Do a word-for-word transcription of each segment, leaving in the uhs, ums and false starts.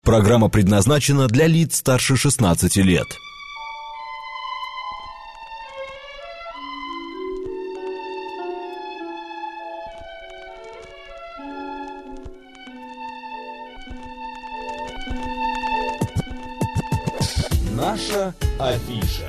Программа предназначена для лиц старше шестнадцати лет. Наша афиша.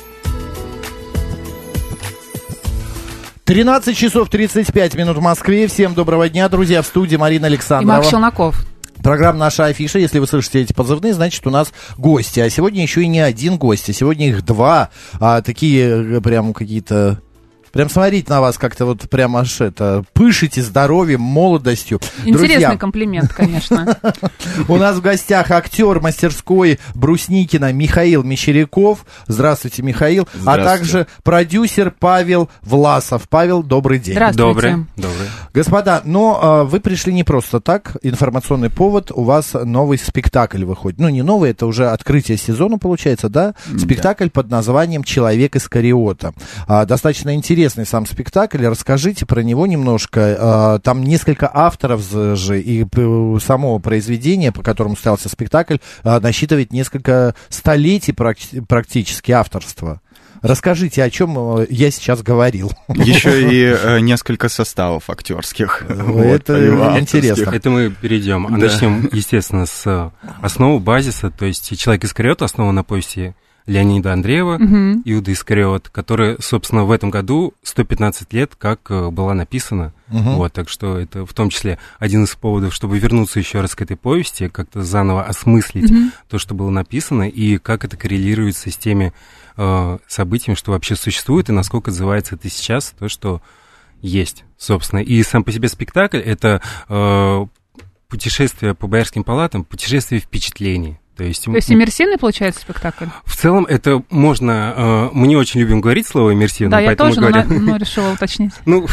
тринадцать часов тридцать пять минут в Москве. Всем доброго дня, друзья. В студии Марина Александрова. И Марк Челноков. Программа «Наша афиша». Если вы слышите эти позывные, значит, у нас гости. А сегодня еще и не один гость, а сегодня их два. А такие прям какие-то... Прям смотреть на вас как-то вот прям аж это... Пышите здоровьем, молодостью. Интересный Друзья, комплимент, конечно. у нас в гостях актер мастерской Брусникина Михаил Мещеряков. Здравствуйте, Михаил. А также продюсер Павел Власов. Павел, добрый день. Здравствуйте. Добрый. Добрый. Господа, но а, вы пришли не просто так. Информационный повод. У вас новый спектакль выходит. Ну, не новый, это уже открытие сезона, получается, да? Спектакль да. под названием «Человек из Кариота». А, достаточно интересный сам спектакль. Расскажите про него немножко. А, там несколько авторов же, и само произведение, по которому ставился спектакль, а, насчитывает несколько столетий практически авторства. Расскажите, о чем я сейчас говорил. Еще и э, несколько составов актерских. Это вот, интересно. Это мы перейдем. Да. Начнем, естественно, с основы базиса. То есть «Человек из Кариота» основан на повести Леонида Андреева, угу. Иуда Искариот, которая, собственно, в этом году сто пятнадцать лет как была написана. Угу. Вот, так что это в том числе один из поводов, чтобы вернуться еще раз к этой повести, как-то заново осмыслить угу. то, что было написано, и как это коррелируется с теми э, событиями, что вообще существует, и насколько отзывается это сейчас, то, что есть, собственно. И сам по себе спектакль — это э, путешествие по Боярским палатам, путешествие впечатлений. То есть, То есть иммерсивный, получается, спектакль? В целом это можно... Э, мы не очень любим говорить слово иммерсивно. Да, я тоже, говорим... но, но решила уточнить. Ну,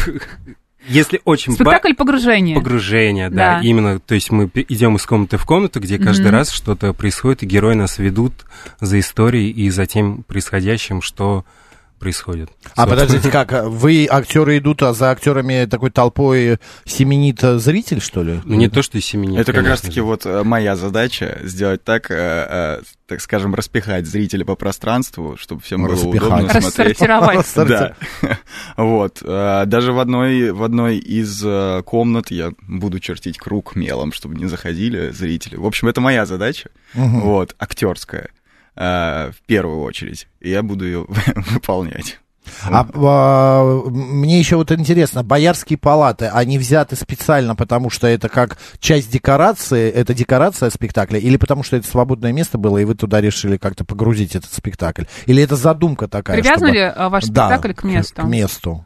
если очень... Спектакль погружения. Погружение, да, да, именно. То есть мы идем из комнаты в комнату, где каждый mm-hmm. раз что-то происходит, и герои нас ведут за историей и за тем происходящим, что... происходит. А подождите, как, вы, актеры, идут, а за актерами такой толпой семенит зритель, что ли? Ну, не то, что и семенит. Это как раз-таки вот моя задача, сделать так, э, э, так скажем, распихать зрителя по пространству, чтобы всем было удобно смотреть. Рассортировать. Да. Вот. Даже в одной, в одной из комнат я буду чертить круг мелом, чтобы не заходили зрители. В общем, это моя задача, вот, актерская. Uh, в первую очередь, и я буду ее выполнять. А, а, мне еще вот интересно, Боярские палаты, они взяты специально, потому что это как часть декорации, это декорация спектакля, или потому что это свободное место было, и вы туда решили как-то погрузить этот спектакль? Или это задумка такая? Привязан чтобы... ли ваш спектакль да, к месту? К месту.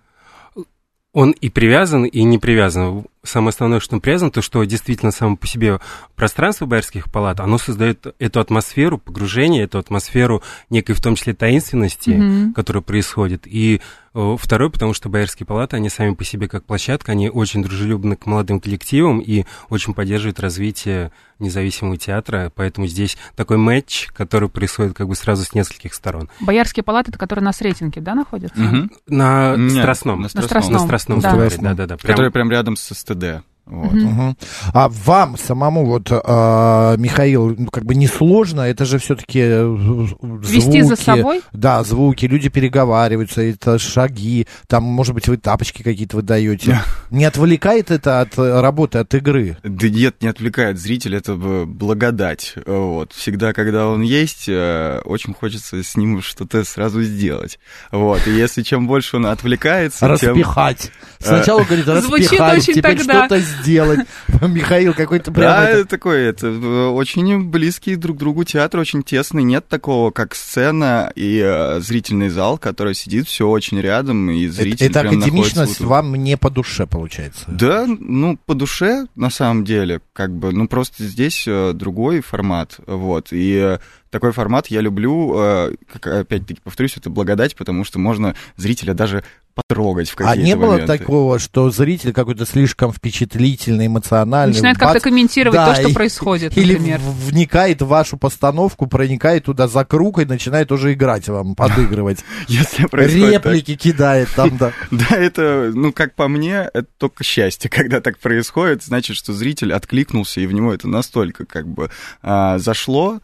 Он и привязан, и не привязан. Самое основное, что он привязан, то, что действительно само по себе пространство Боярских палат, оно создает эту атмосферу погружения, эту атмосферу некой, в том числе, таинственности, mm-hmm. которая происходит. И о, второй, потому что Боярские палаты, они сами по себе как площадка, они очень дружелюбны к молодым коллективам и очень поддерживают развитие независимого театра, поэтому здесь такой матч, который происходит как бы сразу с нескольких сторон. Боярские палаты, это которые на Сретенке, да, находятся? Mm-hmm. На Нет, Страстном. На Страстном. На Страстном. Да. Да, да, да. Который прям рядом с СТД. Вот. Uh-huh. А вам самому, вот, а, Михаил, ну, как бы несложно, это же все-таки звуки. Вести за собой? Да, звуки, люди переговариваются, это шаги, там, может быть, вы тапочки какие-то выдаете. Не отвлекает это от работы, от игры? Да нет, не отвлекает зрителя, это благодать. Вот. Всегда, когда он есть, очень хочется с ним что-то сразу сделать. Вот. И если чем больше он отвлекается... Распихать. Тем... Сначала говорит, распихать, теперь что-то сделать. Михаил какой-то прям... Да, это... такой, это очень близкий друг к другу театр, очень тесный. Нет такого, как сцена и э, зрительный зал, который сидит все очень рядом, и зритель это, прям это академичность находится... вам не по душе, получается? Да, ну, по душе, на самом деле, как бы, ну, просто здесь э, другой формат, вот, и... Э, такой формат я люблю, э, как, опять-таки повторюсь, это благодать, потому что можно зрителя даже потрогать в какие-то А не было моменты. такого, что зритель какой-то слишком впечатлительный, эмоциональный? Начинает бац, как-то комментировать да, то, что и, происходит, или например. в- вникает в вашу постановку, проникает туда за круг и начинает уже играть вам, подыгрывать. Если происходит так. Реплики кидает там, да. Да, это, ну, как по мне, это только счастье, когда так происходит, значит, что зритель откликнулся, и в него это настолько как бы а, зашло,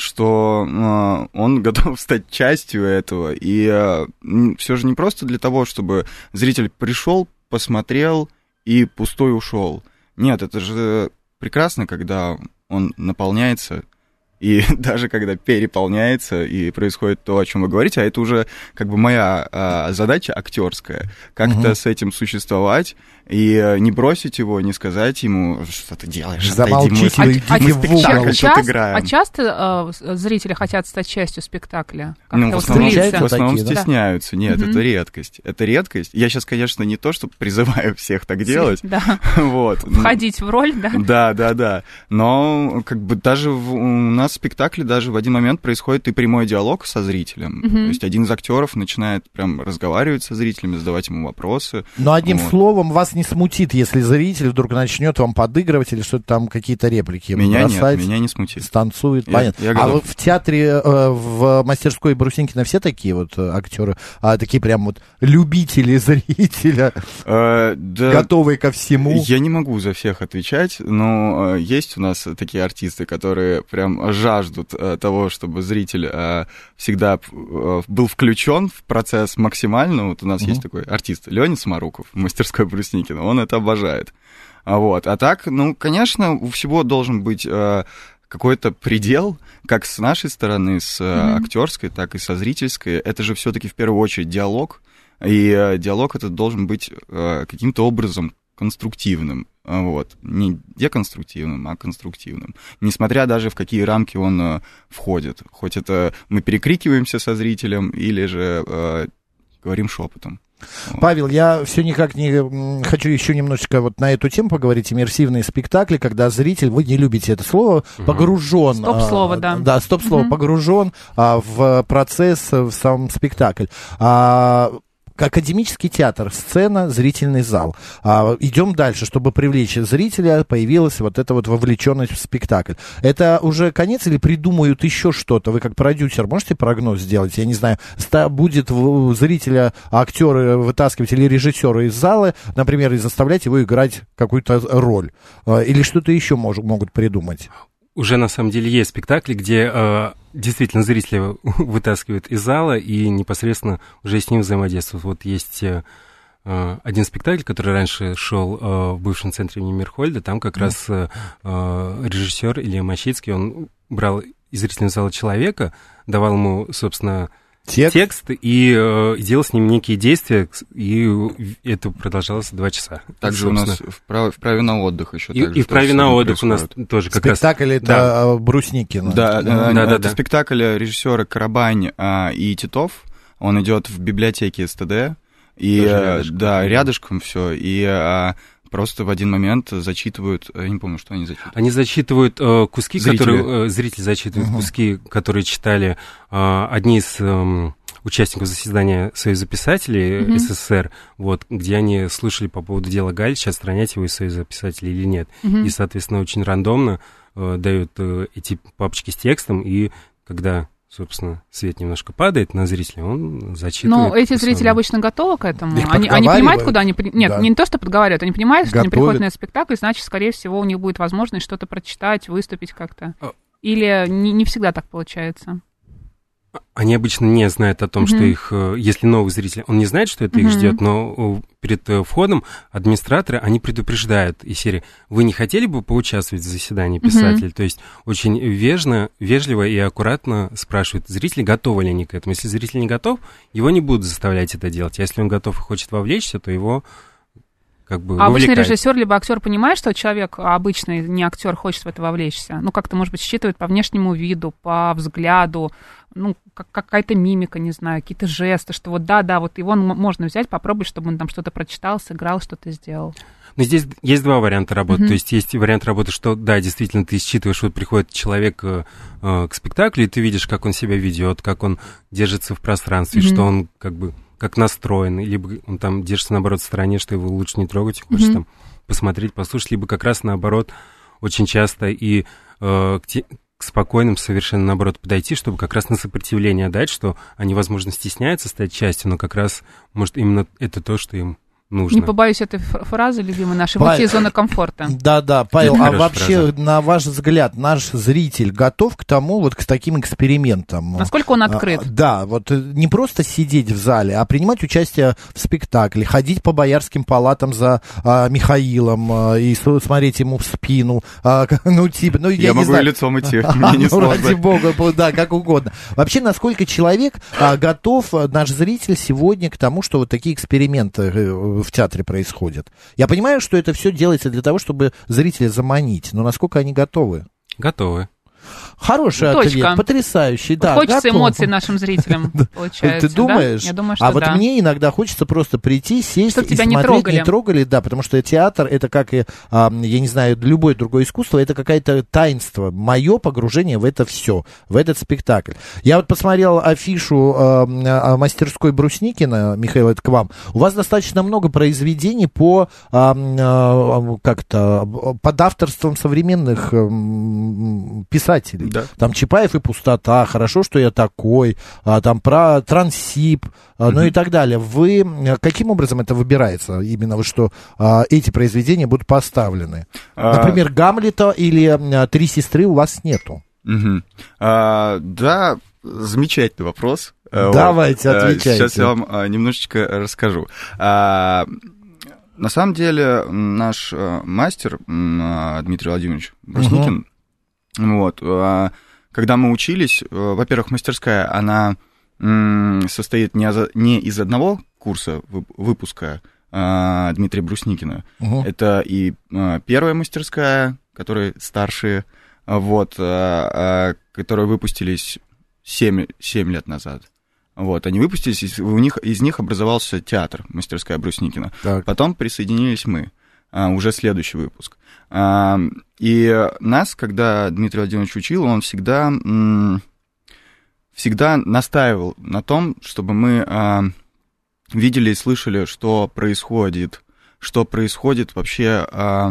что а, он готов стать частью этого. И а, все же не просто для того, чтобы зритель пришел, посмотрел и пустой ушел. Нет, это же прекрасно, когда он наполняется, и даже когда переполняется, и происходит то, о чем вы говорите, а это уже как бы моя а, задача актерская, как-то Мгм. с этим существовать, и а, не бросить его, не сказать ему, что ты делаешь, отойди, мы Замолчите, спектакль- вы идите А, мы в спектакль угол. тут часто, играем. а часто э, зрители хотят стать частью спектакля? Как-то Ну, в основном, встречаются в основном такие, да? стесняются. Нет, Мгм. это редкость. Это редкость. Я сейчас, конечно, не то, что призываю всех так делать. Да. Вот. Входить в роль, да? Да, да, да. Но как бы даже в, у нас в спектакле даже в один момент происходит и прямой диалог со зрителем. Мгм. То есть один из актеров начинает прям разговаривать со зрителями, задавать ему вопросы. Но одним Вот. словом, вас не смутит, если зритель вдруг начнет вам подыгрывать или что-то там, какие-то реплики Меня бросать, нет, меня не смутит. станцует, Я- понятно. я А готов. вот в театре, э, в мастерской Брусникина все такие вот э, актеры, а, такие прям вот любители зрителя, Э, да, готовые ко всему? Я не могу за всех отвечать, но э, есть у нас такие артисты, которые прям жаждут э, того, чтобы зритель э, всегда э, был включен в процесс максимально. Вот у нас Мгм. есть такой артист Леонид Самаруков в мастерской Брусникина, он это обожает. А вот, а так, ну, конечно, у всего должен быть э, какой-то предел, как с нашей стороны, с э, Мгм. актерской, так и со зрительской. Это же все-таки в первую очередь диалог. И э, диалог этот должен быть э, каким-то образом конструктивным, а, вот, не деконструктивным, а конструктивным, несмотря даже в какие рамки он э, входит, хоть это мы перекрикиваемся со зрителем или же э, говорим шепотом. Павел, я все никак не м, хочу еще немножечко вот на эту тему поговорить. Иммерсивные спектакли, когда зритель, вы не любите это слово, Мгм. погружен. Стоп-слово, а, да. Да, стоп-слово, Мгм. погружен а, в процесс, в сам спектакль. А, академический театр, сцена, зрительный зал. А, идем дальше, чтобы привлечь зрителя, появилась вот эта вот вовлеченность в спектакль. Это уже конец или придумают еще что-то? Вы как продюсер можете прогноз сделать? Я не знаю, ста- будет в- зрителя актеры вытаскивать или режиссеры из зала, например, и заставлять его играть какую-то роль? А, или что-то еще мож- могут придумать? Уже на самом деле есть спектакли, где э, действительно зрители вытаскивают из зала и непосредственно уже с ним взаимодействуют. Вот есть э, э, один спектакль, который раньше шел э, в бывшем центре имени Мирхольда. Там как mm. раз э, э, режиссер Илья Мощицкий, он брал из зрительного зала человека, давал ему, собственно, Текст? текст и э, делал с ним некие действия, и это продолжалось два часа. Также у нас в праве, в праве на отдых еще. И, также и в праве на отдых происходит. у нас тоже как раз... Спектакль это Да. Брусникина. Да, Да, да, да, это да. спектакль режиссера Карабань а, и Титов. Он идет в библиотеке СТД. И, Тоже а, рядышком. да, рядышком все. И а, просто в один момент зачитывают, я не помню, что они зачитывают. Они зачитывают э, куски, Зрители. которые... Э, зрители зачитывают Мгм. куски, которые читали э, одни из э, участников заседания Союза писателей Мгм. СССР, вот, где они слышали по поводу дела Галича, отстранять его из Союза писателей или нет. Мгм. И, соответственно, очень рандомно э, дают э, эти папочки с текстом, и когда, собственно, свет немножко падает на зрителя, он зачитывает. Но эти по зрители своему. обычно готовы к этому. Их Они, они понимают, подговаривают. куда они... при- Нет, Да. не то, что подговаривают, они понимают, что они Готовят. приходят на этот спектакль, значит, скорее всего, у них будет возможность что-то прочитать, выступить как-то. А. Или не, не всегда так получается. Они обычно не знают о том, Мгм. что их, э, если новый зритель, он не знает, что это их Мгм. ждет, но э, перед э, входом администраторы, они предупреждают из серии, вы не хотели бы поучаствовать в заседании писателей? То есть очень вежно, вежливо и аккуратно спрашивают, зрители, готовы ли они к этому. Если зритель не готов, его не будут заставлять это делать. А если он готов и хочет вовлечься, то его как бы А обычный вовлекают. режиссер либо актер понимает, что человек обычный, не актер, хочет в это вовлечься. Ну, как-то, может быть, считывает по внешнему виду, по взгляду, ну, как, какая-то мимика, не знаю, какие-то жесты, что вот да-да, вот его м- можно взять, попробовать, чтобы он там что-то прочитал, сыграл, что-то сделал. Но здесь есть два варианта работы. Мгм. То есть есть вариант работы, что да, действительно, ты считываешь, вот приходит человек э, э, к спектаклю, и ты видишь, как он себя ведет, как он держится в пространстве, Мгм. что он как бы как настроен, либо он там держится, наоборот, в стороне, что его лучше не трогать, хочешь mm-hmm. там посмотреть, послушать, либо как раз наоборот, очень часто и э, к, те, к спокойным совершенно наоборот подойти, чтобы как раз на сопротивление дать, что они, возможно, стесняются стать частью, но как раз, может, именно это то, что им нужно. Не побоюсь этой фразы, любимой нашей, Павел, выйти из зоны комфорта. Да-да, Павел, это а вообще, фраза. На ваш взгляд, наш зритель готов к тому, вот к таким экспериментам? Насколько он открыт? А, да, вот не просто сидеть в зале, а принимать участие в спектакле, ходить по боярским палатам за а, Михаилом а, и смотреть ему в спину. А, ну, типа, ну, я, я не могу знаю. и лицом идти, мне не сложно. Ради бога, да, как угодно. Вообще, насколько человек а, готов, наш зритель, сегодня к тому, что вот такие эксперименты в театре происходят? Я понимаю, что это все делается для того, чтобы зрителя заманить, но насколько они готовы? Готовы. Хороший Точка. ответ, потрясающий, да. Хочется готов. эмоций нашим зрителям, получается. Ты думаешь? Да? Я думаю, что а вот да. мне иногда хочется просто прийти, сесть Чтоб и тебя не смотреть, трогали. не трогали, да, потому что театр, это как и, а, я не знаю, любое другое искусство, это какое-то таинство, мое погружение в это все, в этот спектакль. Я вот посмотрел афишу а, мастерской Брусникина, Михаил, это к вам. У вас достаточно много произведений по а, а, как-то под авторством современных а, писателей. Да. Там Чапаев и пустота, хорошо, что я такой, а, там про Трансип, а, ну mm-hmm. и так далее. Вы каким образом это выбирается? Именно вот что а, эти произведения будут поставлены? А... Например, Гамлета или а, Три сестры у вас нету? Угу. А, да, замечательный вопрос. Давайте, вот. отвечайте. Сейчас я вам немножечко расскажу. А, на самом деле наш мастер Дмитрий Владимирович Брусникин, угу. Вот, когда мы учились, во-первых, мастерская, она состоит не из одного курса выпуска Дмитрия Брусникина. Угу. Это и первая мастерская, которые старшие, вот, которые выпустились семь лет назад. Вот, они выпустились, у них, из них образовался театр, мастерская Брусникина. Так. Потом присоединились мы, уже следующий выпуск. И нас, когда Дмитрий Владимирович учил, он всегда, всегда настаивал на том, чтобы мы видели и слышали, что происходит, что происходит вообще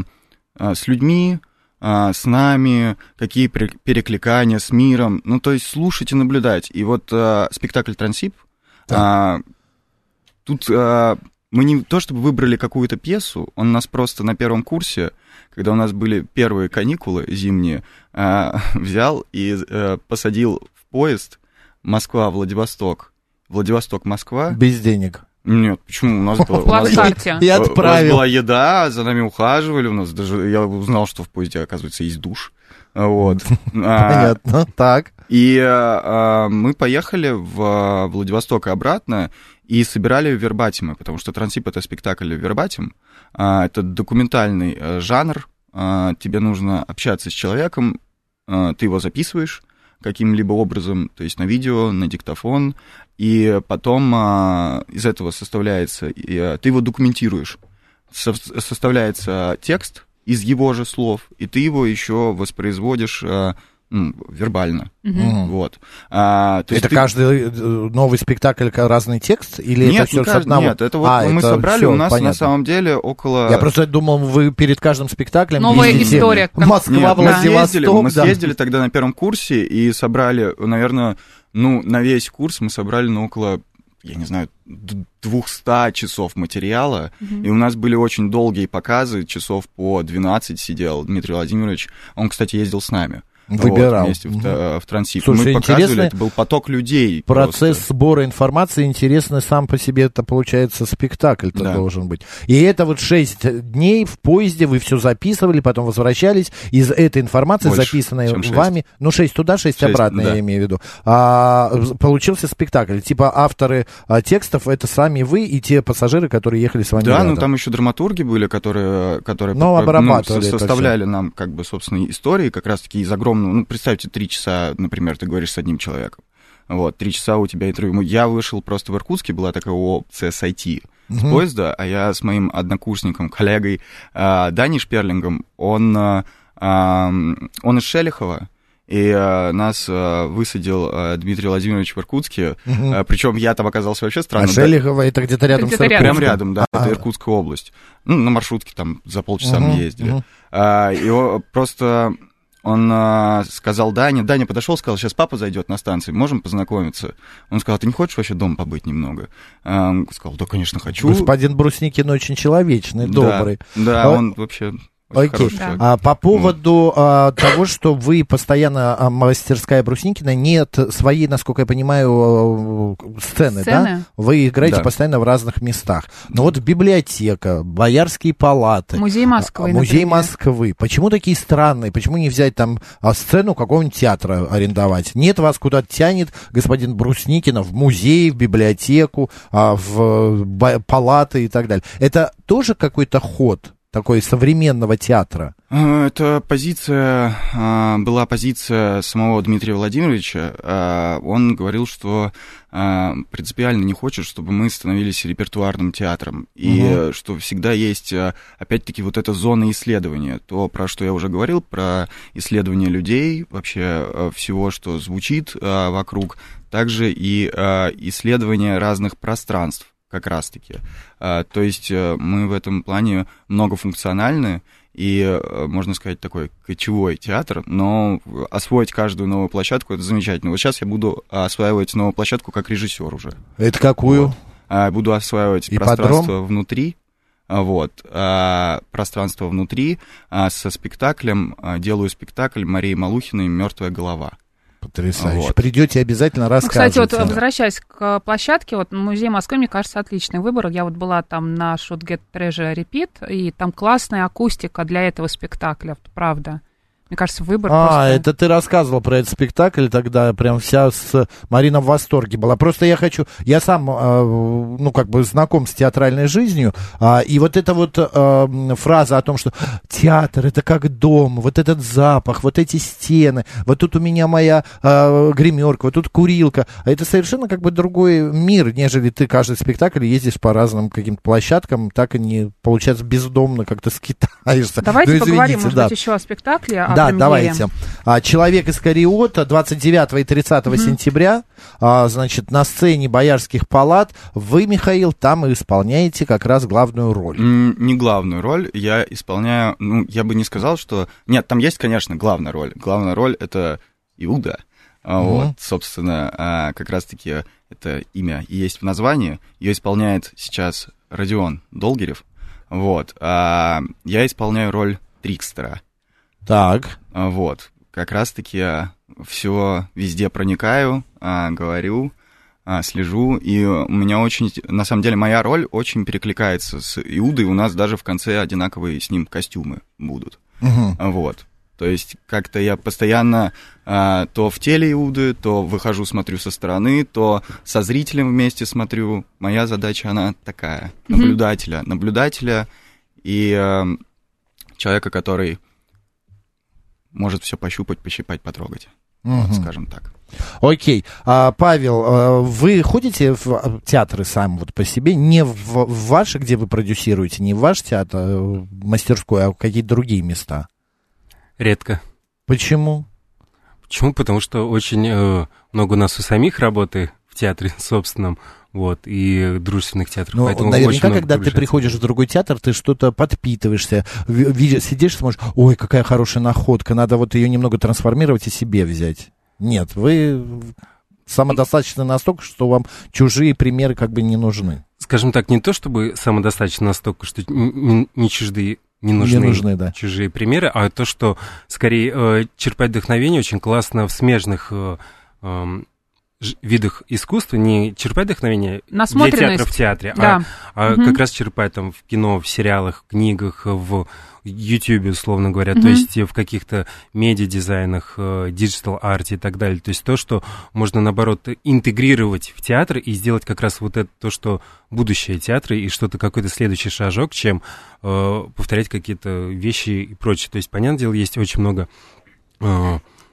с людьми, с нами, какие перекликания с миром. Ну, то есть слушать и наблюдать. И вот спектакль «Трансип», да. Тут... Мы не то чтобы выбрали какую-то пьесу, он нас просто на первом курсе, когда у нас были первые каникулы зимние, взял и посадил в поезд Москва-Владивосток. Владивосток-Москва. Без денег. Нет, почему? У нас, было, у, нас, и у нас была еда, за нами ухаживали, у нас даже, я узнал, что в поезде, оказывается, есть душ. Вот. Понятно, так. И мы поехали в Владивосток и обратно, и собирали вербатимы, потому что «Трансип» — это спектакль вербатим, это документальный жанр, тебе нужно общаться с человеком, ты его записываешь каким-либо образом, то есть на видео, на диктофон, и потом из этого составляется, ты его документируешь, составляется текст из его же слов, и ты его еще воспроизводишь ну, вербально. Mm-hmm. Вот. А, то это ты... каждый новый спектакль разный текст? Или нет, это все не с одного? Нет, это вот а, мы это собрали, всё, у нас понятно. На самом деле около... Я просто думал, вы перед каждым спектаклем новая ездите. история. Москва, нет, Владивосток. Мы съездили, да. мы съездили тогда на первом курсе и собрали, наверное, ну, на весь курс мы собрали на около, я не знаю, двухсот часов материала, mm-hmm. и у нас были очень долгие показы, часов по двенадцать сидел Дмитрий Владимирович, он, кстати, ездил с нами. Выбирал. Вот, вместе угу. в, в «Трансип». Слушай, мы показывали, это был поток людей. Процесс просто. Сбора информации интересный сам по себе, это получается спектакль-то да. должен быть. И это вот шесть дней в поезде, вы все записывали, потом возвращались, из этой информации, больше, записанной вами, ну шесть туда, шесть обратно, да. я имею в виду, а, получился спектакль. Типа авторы а, текстов, это сами вы и те пассажиры, которые ехали с вами Да, рядом. ну там еще драматурги были, которые, которые ну, обрабатывали ну, составляли нам как бы собственные истории, как раз-таки из огромного, ну, представьте, три часа, например, ты говоришь с одним человеком. Вот, три часа у тебя интервью. Я вышел просто в Иркутске, была такая опция сойти uh-huh. с поезда, а я с моим однокурсником, коллегой э, Даней Шперлингом, он, э, он из Шелихова, И э, нас э, высадил э, Дмитрий Владимирович в Иркутске. Uh-huh. Э, причем я там оказался вообще странным. А Шелихово это где-то рядом где-то с Иркутском? Прям рядом, да, А-а-а. это Иркутская область. Ну, на маршрутке там за полчаса Uh-huh. мы ездили. Uh-huh. А, его просто... Он а, сказал Дане, Даня подошел, сказал, сейчас папа зайдет на станцию, можем познакомиться. Он сказал, ты не хочешь вообще дома побыть немного? А, он сказал, да, конечно, хочу. Господин Брусникин очень человечный, Да, добрый. Да, А- он вообще... Окей. хороший Да. человек. А, по поводу а, того, что вы постоянно, а, мастерская Брусникина, нет своей, насколько я понимаю, а, сцены, Сцены? да? Вы играете Да. постоянно в разных местах. Но вот библиотека, боярские палаты, Музей Москвы, а, музей например. Москвы. Почему такие странные? Почему не взять там а, сцену какого-нибудь театра арендовать? Нет, вас куда-то тянет господин Брусникина в музей, в библиотеку, а, в ба- палаты и так далее. Это тоже какой-то ход такой современного театра? Это позиция, а, была позиция самого Дмитрия Владимировича. А, Он говорил, что а, принципиально не хочет, чтобы мы становились репертуарным театром. И Мгм. что всегда есть, а, опять-таки, вот эта зона исследования. То, про что я уже говорил, про исследование людей, вообще а, всего, что звучит а, вокруг. Также и а, исследование разных пространств. Как раз-таки. А, то есть а, мы в этом плане многофункциональны и, а, можно сказать, такой кочевой театр, но освоить каждую новую площадку — это замечательно. Вот сейчас я буду осваивать новую площадку как режиссер уже. Это какую? Вот. А, буду осваивать Ипподром? пространство внутри. А, Вот, а, пространство внутри а, со спектаклем. А, делаю спектакль Марии Малухиной «Мертвая голова». Потрясающе. Вот. Придете, обязательно Ну, кстати, расскажете. вот возвращаясь к площадке, вот музей Москвы, мне кажется, отличный выбор. Я вот была там на Should Get Treasure Repeat, и там классная акустика для этого спектакля, вот, правда. Мне кажется, выбор А, просто... это ты рассказывал про этот спектакль тогда, прям вся с Марина в восторге была. Просто я хочу, я сам, э, ну, как бы знаком с театральной жизнью, а, и вот эта вот э, фраза о том, что театр — это как дом, вот этот запах, вот эти стены, вот тут у меня моя э, гримерка, вот тут курилка, а это совершенно как бы другой мир, нежели ты каждый спектакль ездишь по разным каким-то площадкам, так и не, получается, бездомно как-то скитаешься. Давайте Ну, поговорим, извините, может да. быть, еще о спектакле, о Да, премьере. давайте. А, «Человек из Кариота» двадцать девятого и тридцатого Мгм. сентября, а, значит, на сцене Боярских палат. Вы, Михаил, там и исполняете как раз главную роль. М, Не главную роль, я исполняю, ну, я бы не сказал, что... Нет, там есть, конечно, главная роль. Главная роль — это Иуда. А, Мгм. Вот, собственно, а, как раз-таки это имя и есть в названии. Ее исполняет сейчас Родион Долгирев. Вот. А я исполняю роль Трикстера. Так. А, Вот. Как раз-таки я все везде проникаю, а, говорю, а, слежу, и у меня очень, на самом деле, моя роль очень перекликается с Иудой, у нас даже в конце одинаковые с ним костюмы будут. Мгм. А, Вот. То есть как-то я постоянно а, то в теле Иуды, то выхожу, смотрю со стороны, то со зрителем вместе смотрю. Моя задача, она такая, наблюдателя. Наблюдателя и а, человека, который может все пощупать, пощипать, потрогать. Вот, Мгм. скажем так. Окей. А, Павел, а, вы ходите в театры сам вот по себе, не в, в ваши, где вы продюсируете, не в ваш театр, а, мастерскую, а в какие-то другие места? Редко. Почему? Почему? Потому что очень э, много у нас у самих работы в театре собственном, вот, и дружественных театрах. Ну, поэтому наверняка, очень много когда ты приглашается. приходишь в другой театр, ты что-то подпитываешься, ви- ви- сидишь, смотришь, ой, какая хорошая находка, надо вот ее немного трансформировать и себе взять. Нет, вы самодостаточны настолько, что вам чужие примеры как бы не нужны. Скажем так, не то чтобы самодостаточно настолько, что не, не чуждые, не нужны, Не нужны, да. чужие примеры, а то, что скорее э, черпать вдохновение очень классно в смежных э, эм, ж- видах искусства, не черпать вдохновение для Насмотренность. театра в театре, Да. а, а Мгм. как раз черпать там в кино, в сериалах, книгах, в Ютьюбе, условно говоря, Мгм. то есть в каких-то медиадизайнах, диджитал-арте и так далее. То есть то, что можно, наоборот, интегрировать в театр и сделать как раз вот это то, что будущее театра и что-то, какой-то следующий шажок, чем э, повторять какие-то вещи и прочее. То есть, понятное дело, есть очень много... Э,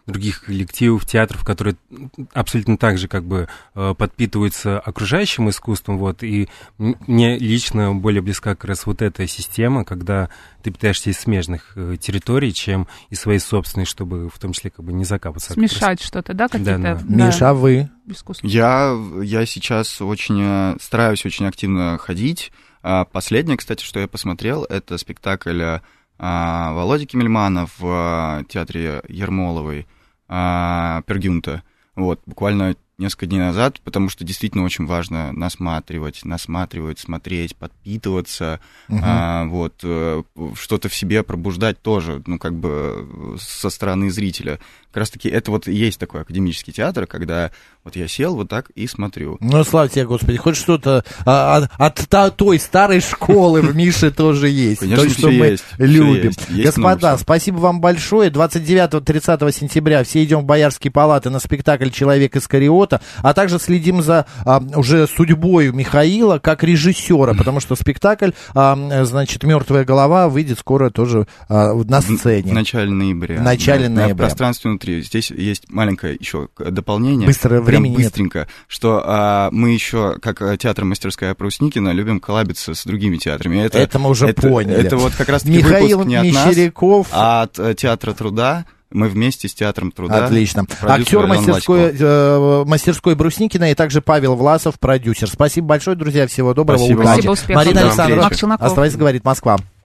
других коллективов, театров, которые абсолютно так же как бы подпитываются окружающим искусством, вот, и мне лично более близка как раз вот эта система, когда ты питаешься из смежных территорий, чем из своей собственной, чтобы в том числе как бы не закапаться. Смешать что-то, да, какие-то? Да, да. Да. Миша, а вы? Я, я сейчас очень стараюсь очень активно ходить. Последнее, кстати, что я посмотрел, это спектакль Володи Кимельмана в театре Ермоловой «Пергюнта». Вот, буквально несколько дней назад, потому что действительно очень важно насматривать, насматривать, смотреть, подпитываться, uh-huh. а, вот, что-то в себе пробуждать тоже, ну, как бы со стороны зрителя. Как раз-таки это вот и есть такой академический театр, когда вот я сел вот так и смотрю. Ну, слава тебе, Господи, хоть что-то а, от, от той старой школы в Мише тоже есть. Конечно, то, что мы есть, любим. есть. Есть. Господа, спасибо вам большое. двадцать девятого-тридцатого сентября все идем в Боярские палаты на спектакль «Человек из Кариота», а также следим за а, уже судьбой Михаила как режиссера, потому что спектакль, а, значит, «Мертвая голова» выйдет скоро тоже а, на сцене. В начале ноября. В начале да, ноября. На пространстве внутри. Здесь есть маленькое еще дополнение. Быстро времени быстренько, нет. Что а, мы еще, как театр «Мастерская Прусникина», любим коллабиться с другими театрами. Это, это мы уже это, поняли. Это вот как раз-таки Михаил выпуск не от Мещеряков. нас, а от Театра Труда. Мы вместе с Театром Труда. Отлично. Актер мастерской, э, мастерской Брусникина и также Павел Власов, продюсер. Спасибо большое, друзья. Всего доброго. Спасибо. Удачи. Спасибо, успехов. Марина Да. Александровна, Марк Челноков. оставайтесь говорить, Москва.